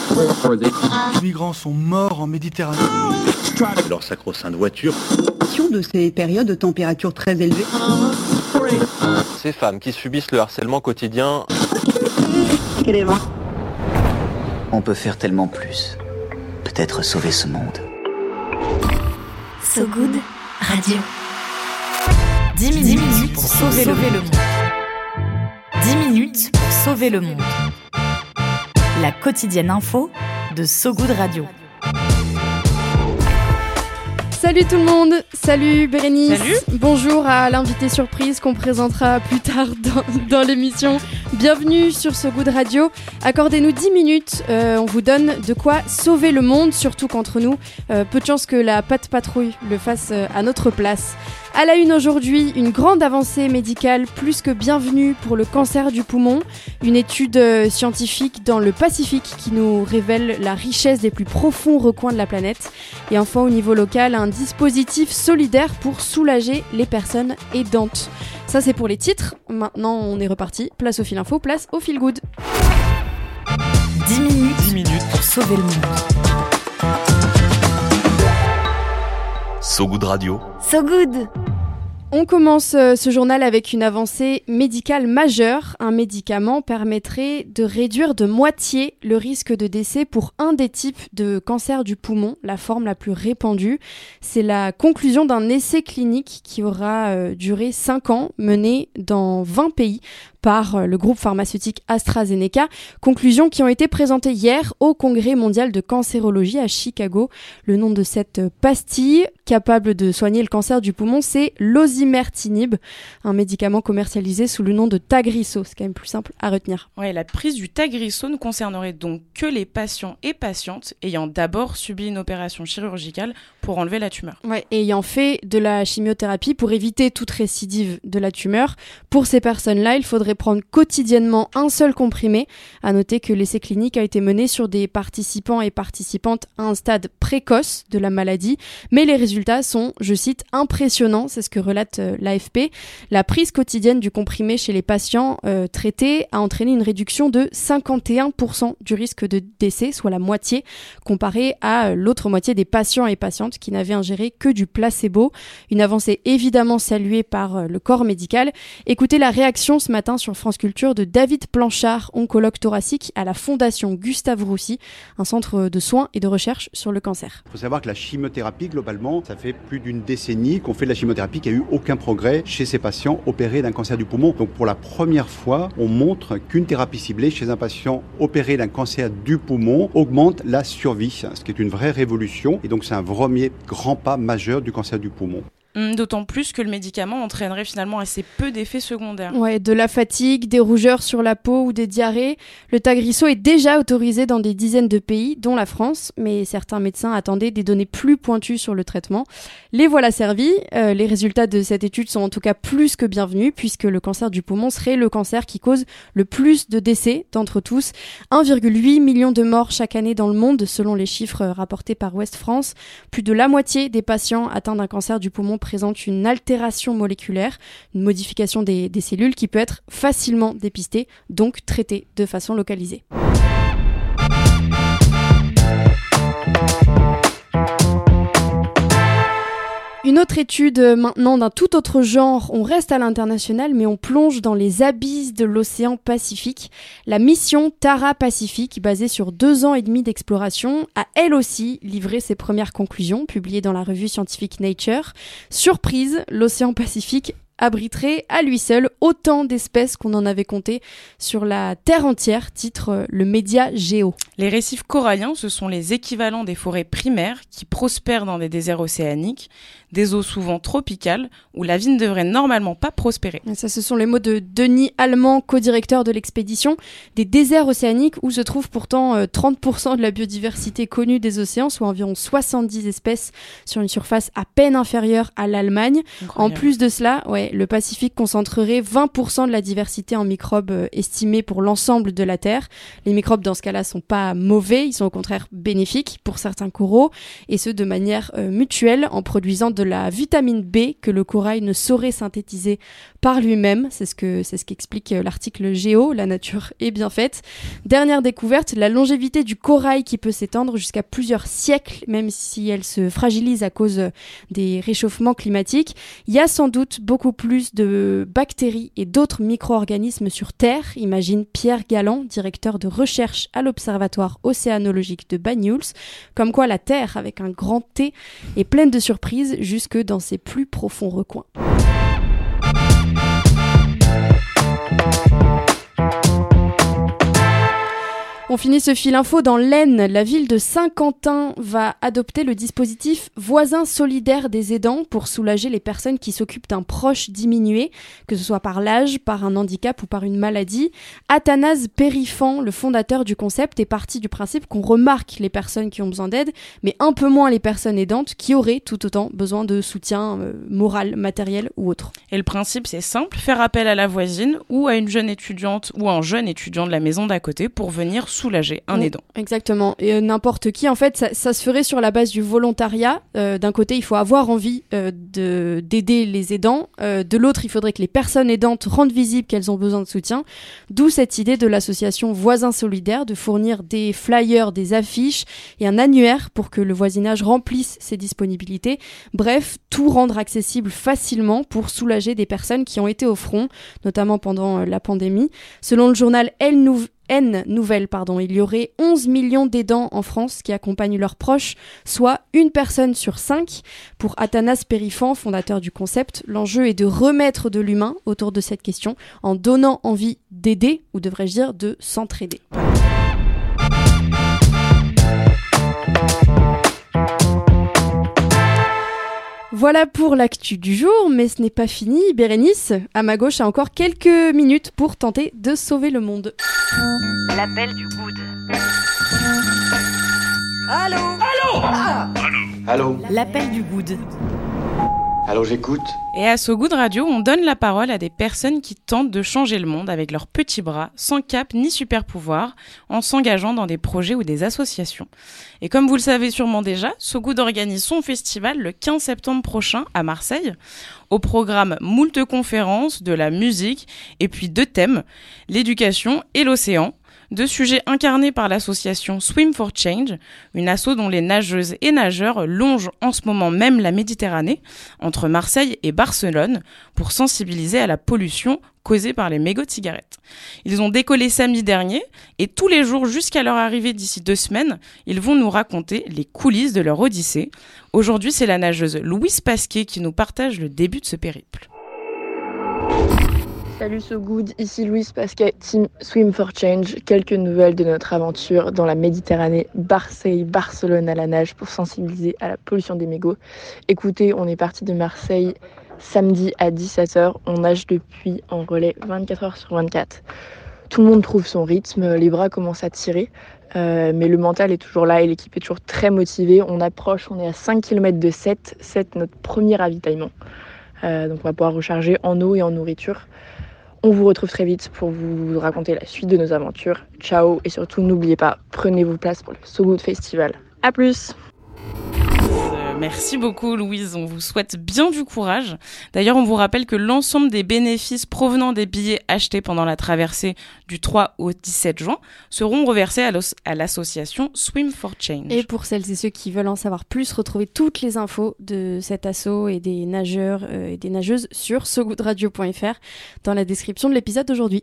Les migrants sont morts en Méditerranée. Leur sacro-sainte voiture. De ces périodes de température très élevées. Ces femmes qui subissent le harcèlement quotidien. On peut faire tellement plus. Peut-être sauver ce monde. So Good Radio. 10 minutes pour sauver le monde. 10 minutes pour sauver le monde. La quotidienne info de So Good Radio. Salut tout le monde, salut Bérénice. Salut. Bonjour à l'invité surprise qu'on présentera plus tard dans l'émission. Bienvenue sur So Good Radio. Accordez-nous 10 minutes, on vous donne de quoi sauver le monde, surtout qu'entre nous, peu de chance que la patte patrouille le fasse à notre place. À la une aujourd'hui, une grande avancée médicale plus que bienvenue pour le cancer du poumon. Une étude scientifique dans le Pacifique qui nous révèle la richesse des plus profonds recoins de la planète. Et enfin, au niveau local, un dispositif solidaire pour soulager les personnes aidantes. Ça, c'est pour les titres. Maintenant, on est reparti. Place au fil info, place au fil good. 10 minutes pour sauver le monde. So Good Radio. So Good. On commence ce journal avec une avancée médicale majeure. Un médicament permettrait de réduire de moitié le risque de décès pour un des types de cancer du poumon, la forme la plus répandue. C'est la conclusion d'un essai clinique qui aura duré 5 ans, mené dans 20 pays par le groupe pharmaceutique AstraZeneca. Conclusions qui ont été présentées hier au Congrès mondial de cancérologie à Chicago. Le nom de cette pastille capable de soigner le cancer du poumon, c'est l'osimertinib, un médicament commercialisé sous le nom de Tagrisso. C'est quand même plus simple à retenir. Ouais, la prise du Tagrisso ne concernerait donc que les patients et patientes ayant d'abord subi une opération chirurgicale pour enlever la tumeur. Ouais, et ayant fait de la chimiothérapie pour éviter toute récidive de la tumeur. Pour ces personnes-là, il faudrait prendre quotidiennement un seul comprimé. À noter que l'essai clinique a été mené sur des participants et participantes à un stade précoce de la maladie, mais les résultats sont, je cite, impressionnants, c'est ce que relate l'AFP. La prise quotidienne du comprimé chez les patients traités a entraîné une réduction de 51% du risque de décès, soit la moitié, comparé à l'autre moitié des patients et patientes qui n'avaient ingéré que du placebo. Une avancée évidemment saluée par le corps médical. Écoutez la réaction ce matin sur France Culture de David Planchard, oncologue thoracique à la Fondation Gustave Roussy, un centre de soins et de recherche sur le cancer. Il faut savoir que la chimiothérapie, globalement, ça fait plus d'une décennie qu'on fait de la chimiothérapie, qu'il n'y a eu aucun progrès chez ces patients opérés d'un cancer du poumon. Donc pour la première fois, on montre qu'une thérapie ciblée chez un patient opéré d'un cancer du poumon augmente la survie, ce qui est une vraie révolution. Et donc c'est un premier grand pas majeur du cancer du poumon. D'autant plus que le médicament entraînerait finalement assez peu d'effets secondaires. Ouais, de la fatigue, des rougeurs sur la peau ou des diarrhées. Le Tagrisso est déjà autorisé dans des dizaines de pays, dont la France, mais certains médecins attendaient des données plus pointues sur le traitement. Les voilà servis. Les résultats de cette étude sont en tout cas plus que bienvenus, puisque le cancer du poumon serait le cancer qui cause le plus de décès d'entre tous. 1,8 million de morts chaque année dans le monde, selon les chiffres rapportés par Ouest France. Plus de la moitié des patients atteints d'un cancer du poumon présente une altération moléculaire, une modification des cellules qui peut être facilement dépistée, donc traitée de façon localisée. Une autre étude maintenant d'un tout autre genre, on reste à l'international mais on plonge dans les abysses de l'océan Pacifique. La mission Tara Pacific, basée sur 2 ans et demi d'exploration, a elle aussi livré ses premières conclusions, publiées dans la revue scientifique Nature. Surprise, l'océan Pacifique abriterait à lui seul autant d'espèces qu'on en avait compté sur la Terre entière, titre le média Géo. Les récifs coralliens, ce sont les équivalents des forêts primaires qui prospèrent dans des déserts océaniques, des eaux souvent tropicales où la vie ne devrait normalement pas prospérer. Et ça, ce sont les mots de Denis Allemand, co-directeur de l'expédition. Des déserts océaniques où se trouve pourtant 30% de la biodiversité connue des océans, soit environ 70 espèces sur une surface à peine inférieure à l'Allemagne. Incroyable. En plus de cela, Ouais, le Pacifique concentrerait 20% de la diversité en microbes estimée pour l'ensemble de la Terre. Les microbes, dans ce cas-là, sont pas mauvais, ils sont au contraire bénéfiques pour certains coraux, et ce de manière mutuelle, en produisant de la vitamine B que le corail ne saurait synthétiser par lui-même. C'est ce qu'explique l'article Géo, la nature est bien faite. Dernière découverte, la longévité du corail qui peut s'étendre jusqu'à plusieurs siècles, même si elle se fragilise à cause des réchauffements climatiques. Il y a sans doute beaucoup plus de bactéries et d'autres micro-organismes sur Terre, imagine Pierre Galland, directeur de recherche à l'Observatoire océanologique de Banyuls, comme quoi la Terre, avec un grand T, est pleine de surprises jusque dans ses plus profonds recoins. On finit ce fil info dans l'Aisne. La ville de Saint-Quentin va adopter le dispositif voisin solidaire des aidants pour soulager les personnes qui s'occupent d'un proche diminué, que ce soit par l'âge, par un handicap ou par une maladie. Athanase Périfan, le fondateur du concept, est parti du principe qu'on remarque les personnes qui ont besoin d'aide, mais un peu moins les personnes aidantes qui auraient tout autant besoin de soutien moral, matériel ou autre. Et le principe, c'est simple, faire appel à la voisine ou à une jeune étudiante ou un jeune étudiant de la maison d'à côté pour venir soulager un aidant. Exactement. Et n'importe qui, en fait, ça se ferait sur la base du volontariat. D'un côté, il faut avoir envie d'aider les aidants. De l'autre, il faudrait que les personnes aidantes rendent visible qu'elles ont besoin de soutien. D'où cette idée de l'association Voisins Solidaires de fournir des flyers, des affiches et un annuaire pour que le voisinage remplisse ses disponibilités. Bref, tout rendre accessible facilement pour soulager des personnes qui ont été au front, notamment pendant la pandémie. Selon le journal N Nouvelle, il y aurait 11 millions d'aidants en France qui accompagnent leurs proches, soit une personne sur 5. Pour Athanase Périfan, fondateur du concept, l'enjeu est de remettre de l'humain autour de cette question en donnant envie d'aider, ou devrais-je dire de s'entraider. Voilà pour l'actu du jour, mais ce n'est pas fini. Bérénice, à ma gauche, a encore quelques minutes pour tenter de sauver le monde. L'appel du good. Allô ? Allô ? Ah ! Allô ? L'appel du good. Allô, j'écoute. Et à So Good Radio, on donne la parole à des personnes qui tentent de changer le monde avec leurs petits bras, sans cap ni super pouvoir, en s'engageant dans des projets ou des associations. Et comme vous le savez sûrement déjà, So Good organise son festival le 15 septembre prochain à Marseille. Au programme, moult conférences, de la musique, et puis 2 thèmes, l'éducation et l'océan. 2 sujets incarnés par l'association Swim for Change, une asso dont les nageuses et nageurs longent en ce moment même la Méditerranée, entre Marseille et Barcelone, pour sensibiliser à la pollution causée par les mégots de cigarettes. Ils ont décollé samedi dernier, et tous les jours jusqu'à leur arrivée d'ici 2 semaines, ils vont nous raconter les coulisses de leur odyssée. Aujourd'hui, c'est la nageuse Louise Pasquet qui nous partage le début de ce périple. Salut So Good, ici Louise Pasquet, Team Swim for Change. Quelques nouvelles de notre aventure dans la Méditerranée, Marseille-Barcelone à la nage pour sensibiliser à la pollution des mégots. Écoutez, on est parti de Marseille samedi à 17h. On nage depuis en relais 24h sur 24. Tout le monde trouve son rythme, les bras commencent à tirer, mais le mental est toujours là et l'équipe est toujours très motivée. On approche, on est à 5 km de 7, notre premier ravitaillement. Donc on va pouvoir recharger en eau et en nourriture. On vous retrouve très vite pour vous raconter la suite de nos aventures. Ciao, et surtout n'oubliez pas, prenez vos places pour le So Good Festival. À plus! Merci beaucoup Louise, on vous souhaite bien du courage. D'ailleurs, on vous rappelle que l'ensemble des bénéfices provenant des billets achetés pendant la traversée du 3 au 17 juin seront reversés à l'association Swim for Change. Et pour celles et ceux qui veulent en savoir plus, retrouvez toutes les infos de cet asso et des nageurs et des nageuses sur sogoodradio.fr dans la description de l'épisode d'aujourd'hui.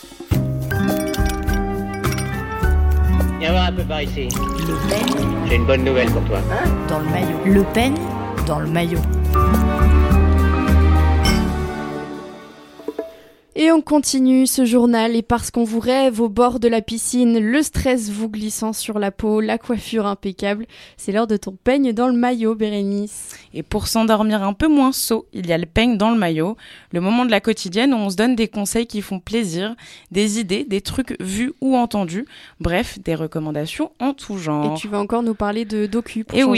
Viens voir un peu par ici. Le peigne. J'ai une bonne nouvelle pour toi. Hein ? Dans le maillot. Le peigne dans le maillot. Et on continue ce journal, et parce qu'on vous rêve au bord de la piscine, le stress vous glissant sur la peau, la coiffure impeccable, c'est l'heure de ton peigne dans le maillot, Bérénice. Et pour s'endormir un peu moins sot, il y a le peigne dans le maillot, le moment de la quotidienne où on se donne des conseils qui font plaisir, des idées, des trucs vus ou entendus, bref, des recommandations en tout genre. Et tu vas encore nous parler de docu pour et changer. Oui.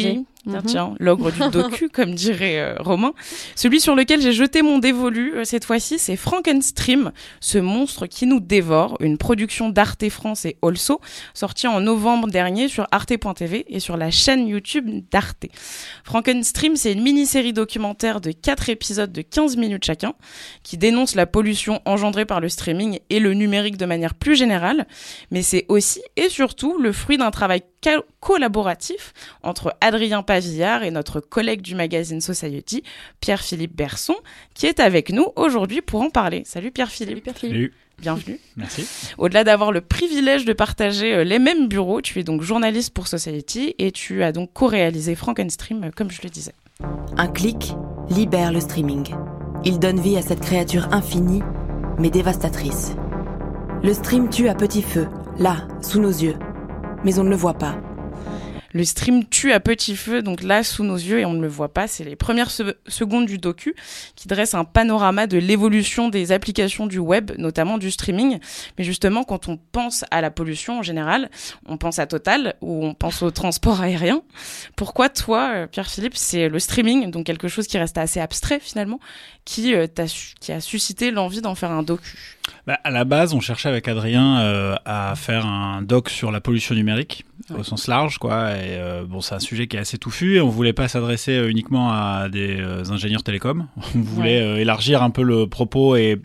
Tiens, l'ogre du docu, comme dirait Romain. Celui sur lequel j'ai jeté mon dévolu cette fois-ci, c'est Frankenstream, ce monstre qui nous dévore, une production d'Arte France et Also, sortie en novembre dernier sur arte.tv et sur la chaîne YouTube d'Arte. Frankenstream, c'est une mini-série documentaire de 4 épisodes de 15 minutes chacun, qui dénonce la pollution engendrée par le streaming et le numérique de manière plus générale, mais c'est aussi et surtout le fruit d'un travail collaboratif entre Adrien Pavillard et notre collègue du magazine Society, Pierre-Philippe Berson, qui est avec nous aujourd'hui pour en parler. Salut Pierre-Philippe. Salut Pierre-Philippe. Salut. Bienvenue. Merci. Au-delà d'avoir le privilège de partager les mêmes bureaux, tu es donc journaliste pour Society et tu as donc co-réalisé Frankenstream, comme je le disais. Un clic libère le streaming. Il donne vie à cette créature infinie, mais dévastatrice. Le stream tue à petit feu, là, sous nos yeux. Mais on ne le voit pas. Le stream tue à petit feu, donc là, sous nos yeux, et on ne le voit pas. C'est les premières secondes du docu qui dresse un panorama de l'évolution des applications du web, notamment du streaming. Mais justement, quand on pense à la pollution en général, on pense à Total ou on pense au transport aérien. Pourquoi toi, Pierre-Philippe, c'est le streaming, donc quelque chose qui reste assez abstrait finalement, qui a suscité l'envie d'en faire un docu? À la base, on cherchait avec Adrien à faire un doc sur la pollution numérique, au sens large, quoi. Et c'est un sujet qui est assez touffu. Et on voulait pas s'adresser uniquement à des ingénieurs télécoms. On voulait élargir un peu le propos et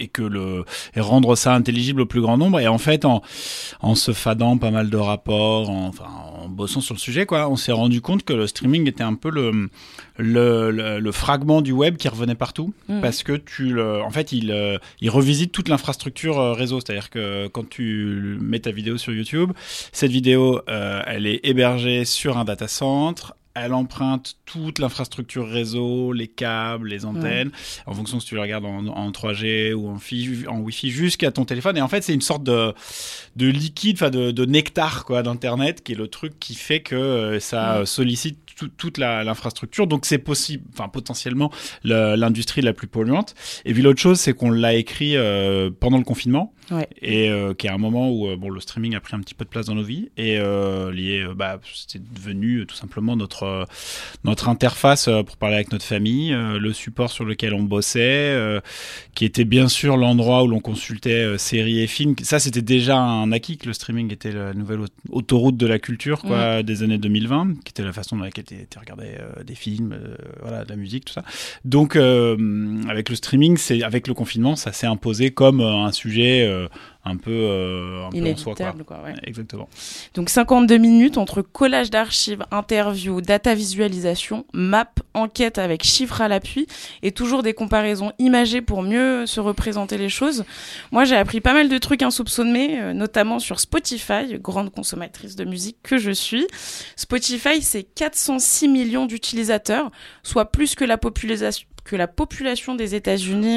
rendre ça intelligible au plus grand nombre. Et en fait, en se fadant pas mal de rapports, en bossant sur le sujet, quoi, on s'est rendu compte que le streaming était un peu le fragment du web qui revenait partout, parce que il revisite toute l'infrastructure réseau. C'est-à-dire que quand tu mets ta vidéo sur YouTube, cette vidéo, elle est hébergée sur un data center. Elle emprunte toute l'infrastructure réseau, les câbles, les antennes, en fonction si tu le regardes en 3G ou en Wi-Fi jusqu'à ton téléphone. Et en fait, c'est une sorte de liquide, de nectar, quoi, d'Internet, qui est le truc qui fait que ça sollicite toute l'infrastructure. Donc, c'est potentiellement l'industrie la plus polluante. Et puis, l'autre chose, c'est qu'on l'a écrit pendant le confinement. Et qui est un moment où le streaming a pris un petit peu de place dans nos vies et c'est devenu tout simplement notre interface pour parler avec notre famille, le support sur lequel on bossait, qui était bien sûr l'endroit où l'on consultait séries et films. Ça, c'était déjà un acquis, que le streaming était la nouvelle autoroute de la culture, quoi, des années 2020, qui était la façon dans laquelle était regardé des films, de la musique, tout ça. Donc avec le streaming, avec le confinement, ça s'est imposé comme un sujet un peu en soi, quoi. Exactement. Donc 52 minutes entre collage d'archives, interviews, data visualisation, map, enquête avec chiffres à l'appui et toujours des comparaisons imagées pour mieux se représenter les choses. Moi, j'ai appris pas mal de trucs insoupçonnés, notamment sur Spotify, grande consommatrice de musique que je suis. Spotify, c'est 406 millions d'utilisateurs, soit plus que la population des États-Unis.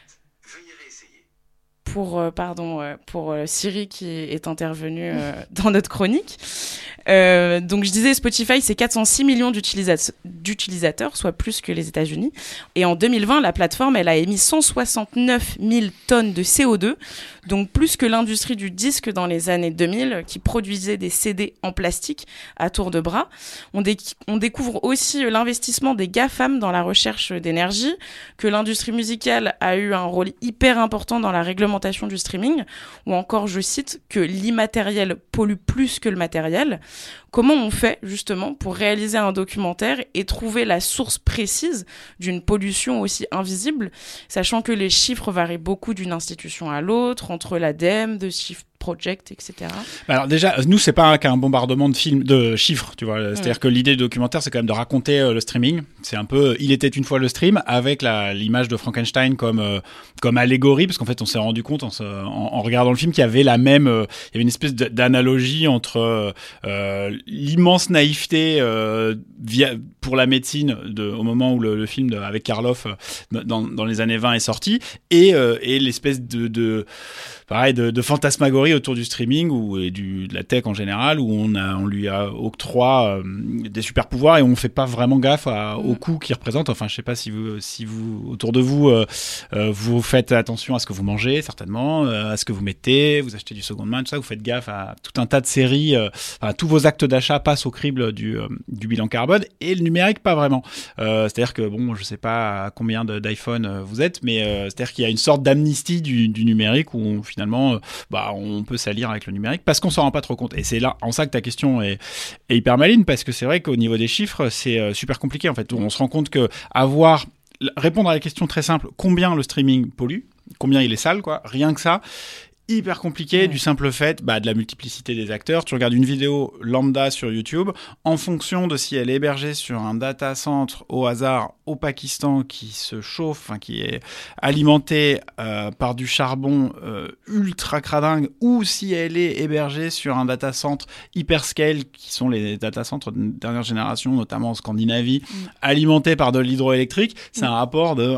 Pour Siri qui est intervenue dans notre chronique. Donc je disais, Spotify, c'est 406 millions d'utilisateurs, soit plus que les États-Unis. Et en 2020, la plateforme, elle a émis 169 000 tonnes de CO2, donc plus que l'industrie du disque dans les années 2000, qui produisait des CD en plastique à tour de bras. On découvre aussi l'investissement des GAFAM dans la recherche d'énergie, que l'industrie musicale a eu un rôle hyper important dans la réglementation du streaming, ou encore, je cite, que l'immatériel pollue plus que le matériel. Comment on fait justement pour réaliser un documentaire et trouver la source précise d'une pollution aussi invisible, sachant que les chiffres varient beaucoup d'une institution à l'autre, entre l'ADEME, de Shift Project, etc. Alors déjà, nous, c'est pas qu'un bombardement de chiffres, tu vois. C'est-à-dire que l'idée du documentaire, c'est quand même de raconter le streaming. C'est un peu, il était une fois le stream, avec l'image de Frankenstein comme allégorie, parce qu'en fait, on s'est rendu compte en regardant le film qu'il y avait il y avait une espèce d'analogie entre l'immense naïveté pour la médecine au moment où le film avec Karloff dans les années 20 est sorti, et l'espèce de fantasmagorie industrie autour du streaming et de la tech en général, où on lui octroie des super pouvoirs et on fait pas vraiment gaffe au coût qu'il représente. Enfin, je sais pas si vous autour de vous, vous faites attention à ce que vous mangez, certainement, à ce que vous mettez, vous achetez du seconde main, tout ça, vous faites gaffe à tout un tas de séries. Tous vos actes d'achat passent au crible du bilan carbone, et le numérique pas vraiment. C'est-à-dire que je sais pas à combien d'iPhone vous êtes, mais c'est-à-dire qu'il y a une sorte d'amnistie du numérique où finalement on peut s'allier avec le numérique parce qu'on s'en rend pas trop compte. Et c'est là en ça que ta question est hyper maligne, parce que c'est vrai qu'au niveau des chiffres, c'est super compliqué en fait. On se rend compte que répondre à la question très simple, combien le streaming pollue, combien il est sale, quoi, rien que ça, hyper compliqué, du simple fait de la multiplicité des acteurs. Tu regardes une vidéo lambda sur YouTube, en fonction de si elle est hébergée sur un data center au hasard au Pakistan qui se chauffe, qui est alimenté par du charbon ultra cradingue, ou si elle est hébergée sur un data center hyperscale, qui sont les data centers de dernière génération, notamment en Scandinavie, alimentés par de l'hydroélectrique, c'est un rapport de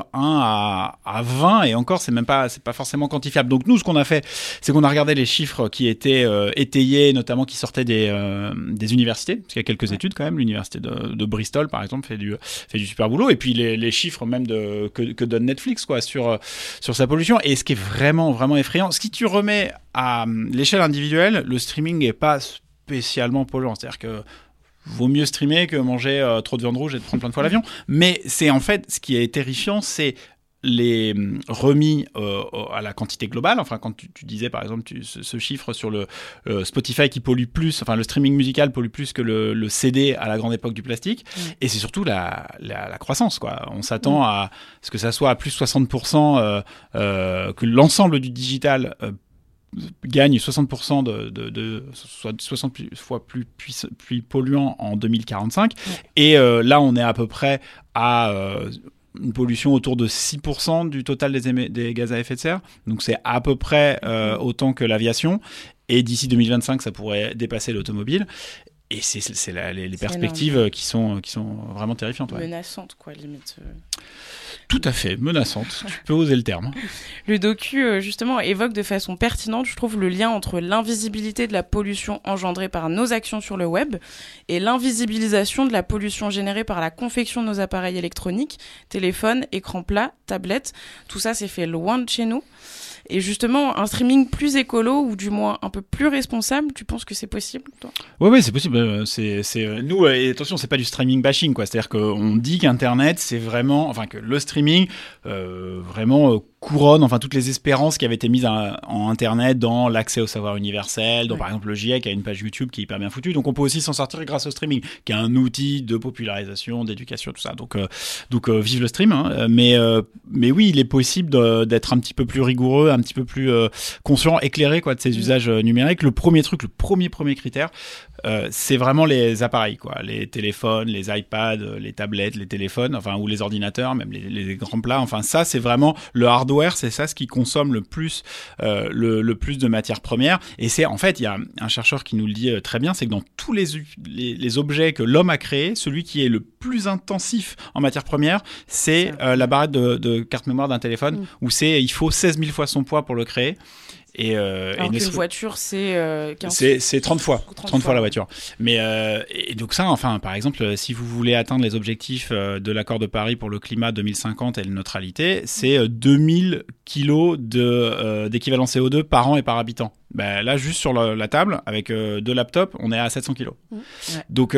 1 à 20, et encore c'est pas forcément quantifiable. Donc nous, ce qu'on a fait, c'est qu'on a regardé les chiffres qui étaient étayés, notamment qui sortaient des universités, parce qu'il y a quelques études quand même. L'université de Bristol, par exemple, fait du super boulot. Et puis les chiffres même que donne Netflix, quoi, sur sa pollution. Et ce qui est vraiment, vraiment effrayant, si tu remets à l'échelle individuelle, le streaming n'est pas spécialement polluant. C'est-à-dire que vaut mieux streamer que manger trop de viande rouge et de prendre plein de fois l'avion. Mais c'est en fait, ce qui est terrifiant, c'est les remis à la quantité globale. Enfin, quand tu disais par exemple ce chiffre sur le Spotify qui pollue plus, le streaming musical pollue plus que le CD à la grande époque du plastique. Et c'est surtout la croissance, quoi. On s'attend à ce que ça soit à plus 60%, que l'ensemble du digital gagne 60% soit 60 fois plus polluant en 2045. Et là, on est à peu près à une pollution autour de 6% du total des gaz à effet de serre. Donc c'est à peu près autant que l'aviation. Et d'ici 2025, ça pourrait dépasser l'automobile. Et c'est les perspectives qui sont vraiment terrifiantes. Menaçantes, quoi, limite. Tout à fait, menaçante. Tu peux oser le terme. Le docu, justement, évoque de façon pertinente, je trouve, le lien entre l'invisibilité de la pollution engendrée par nos actions sur le web et l'invisibilisation de la pollution générée par la confection de nos appareils électroniques, téléphones, écrans plats, tablettes. Tout ça, c'est fait loin de chez nous. Et justement, un streaming plus écolo, ou du moins un peu plus responsable, tu penses que c'est possible, toi ? Oui, c'est possible. Nous, attention, c'est pas du streaming bashing, quoi. C'est-à-dire qu'on dit qu'Internet, c'est vraiment, que le streaming, vraiment couronne, toutes les espérances qui avaient été mises en Internet dans l'accès au savoir universel, dans par exemple le GIEC a une page YouTube qui est hyper bien foutue. Donc on peut aussi s'en sortir grâce au streaming, qui est un outil de popularisation, d'éducation, tout ça. Donc vive le stream, hein. Mais oui, il est possible d'être un petit peu plus rigoureux, un petit peu plus conscient, éclairé, quoi, de ces usages numériques. Le premier critère, c'est vraiment les appareils, quoi, les téléphones, les iPads, les tablettes, les téléphones, ou les ordinateurs, même les grands plats. Ça, c'est vraiment le hardware, c'est ça ce qui consomme le plus de matières premières. Et c'est, en fait, il y a un chercheur qui nous le dit très bien, c'est que dans tous les objets que l'homme a créés, celui qui est le plus intensif en matières premières, c'est la barrette de carte mémoire d'un téléphone, où il faut 16 000 fois son poids pour le créer. Alors qu'une voiture, c'est 30 fois la voiture. Mais et donc ça, par exemple, si vous voulez atteindre les objectifs de l'accord de Paris pour le climat 2050 et la neutralité, c'est 2000 kilos d'équivalent CO2 par an et par habitant. Là, juste sur la table, avec 2 laptops, on est à 700 kilos. Donc,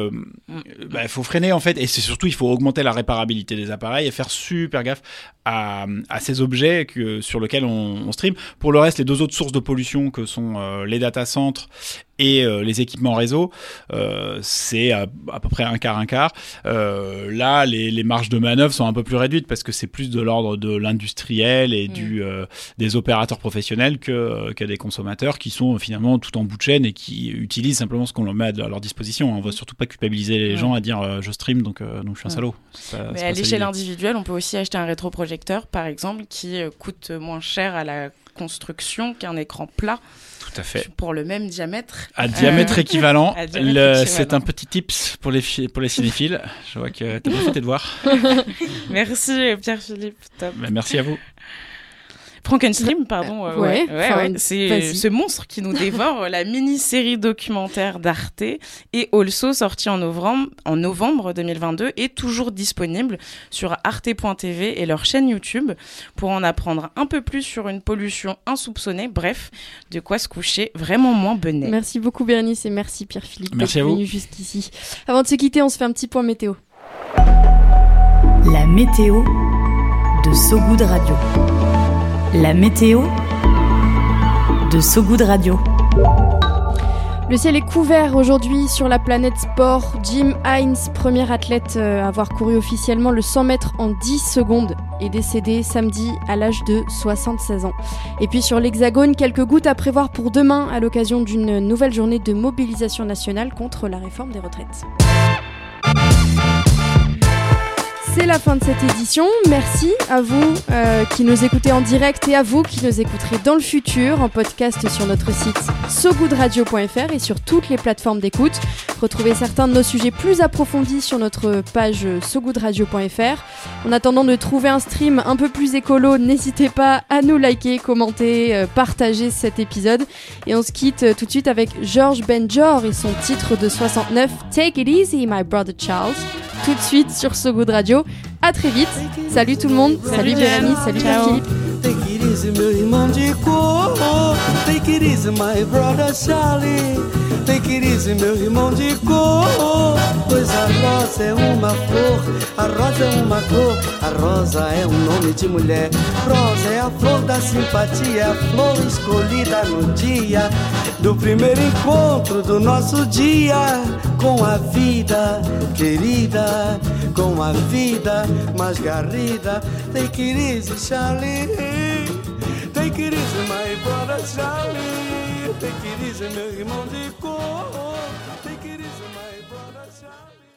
il faut freiner, en fait. Et c'est surtout, il faut augmenter la réparabilité des appareils et faire super gaffe à ces objets sur lesquels on stream. Pour le reste, les 2 autres sources de pollution que sont les data centers et les équipements réseau, c'est à peu près un quart. Là, les marges de manœuvre sont un peu plus réduites parce que c'est plus de l'ordre de l'industriel et des opérateurs professionnels que des consommateurs qui sont finalement tout en bout de chaîne et qui utilisent simplement ce qu'on leur met à leur disposition. On ne va surtout pas culpabiliser les gens à dire je stream donc je suis un salaud. Mais à l'échelle individuelle, on peut aussi acheter un rétroprojecteur, par exemple, qui coûte moins cher à la construction qu'un écran plat. Tout à fait. Pour le même diamètre. À diamètre équivalent. C'est un petit tips pour les cinéphiles. Je vois que tu as bien fait tes devoirs. Merci Pierre-Philippe. Top. Merci à vous. Frankenstein, pardon. Ouais. C'est ce monstre qui nous dévore, la mini-série documentaire d'Arte et Also, sortie en novembre 2022, est toujours disponible sur arte.tv et leur chaîne YouTube pour en apprendre un peu plus sur une pollution insoupçonnée. Bref, de quoi se coucher vraiment moins bonnet. Merci beaucoup Bérénice et merci Pierre-Philippe d'être venu jusqu'ici. Avant de se quitter, on se fait un petit point météo. La météo de So Good Radio. La météo de So Good Radio. Le ciel est couvert aujourd'hui sur la planète sport. Jim Hines, premier athlète à avoir couru officiellement le 100 mètres en 10 secondes, est décédé samedi à l'âge de 76 ans. Et puis sur l'Hexagone, quelques gouttes à prévoir pour demain à l'occasion d'une nouvelle journée de mobilisation nationale contre la réforme des retraites. C'est la fin de cette édition. Merci à vous qui nous écoutez en direct et à vous qui nous écouterez dans le futur en podcast sur notre site sogoodradio.fr et sur toutes les plateformes d'écoute. Retrouvez certains de nos sujets plus approfondis sur notre page sogoodradio.fr. En attendant de trouver un stream un peu plus écolo, n'hésitez pas à nous liker, commenter, partager cet épisode. Et on se quitte tout de suite avec George Benjor et son titre de 69, Take It Easy, My Brother Charles. Tout de suite sur So Good Radio. À très vite. Salut tout le monde. Salut Bérénice. Salut Pierre-Philippe. Take it easy, meu irmão de cor. Take it easy, my brother Charlie. Take it easy, meu irmão de cor. Pois a rosa é uma flor, a rosa é uma cor, a rosa é nome de mulher. Rosa é a flor da simpatia, a flor escolhida no dia do primeiro encontro do nosso dia com a vida querida, com a vida mais garrida. Take it easy, Charlie. Take it easy, my brother Charlie. Take it easy, meu irmão de cor. Take it easy, my brother Charlie.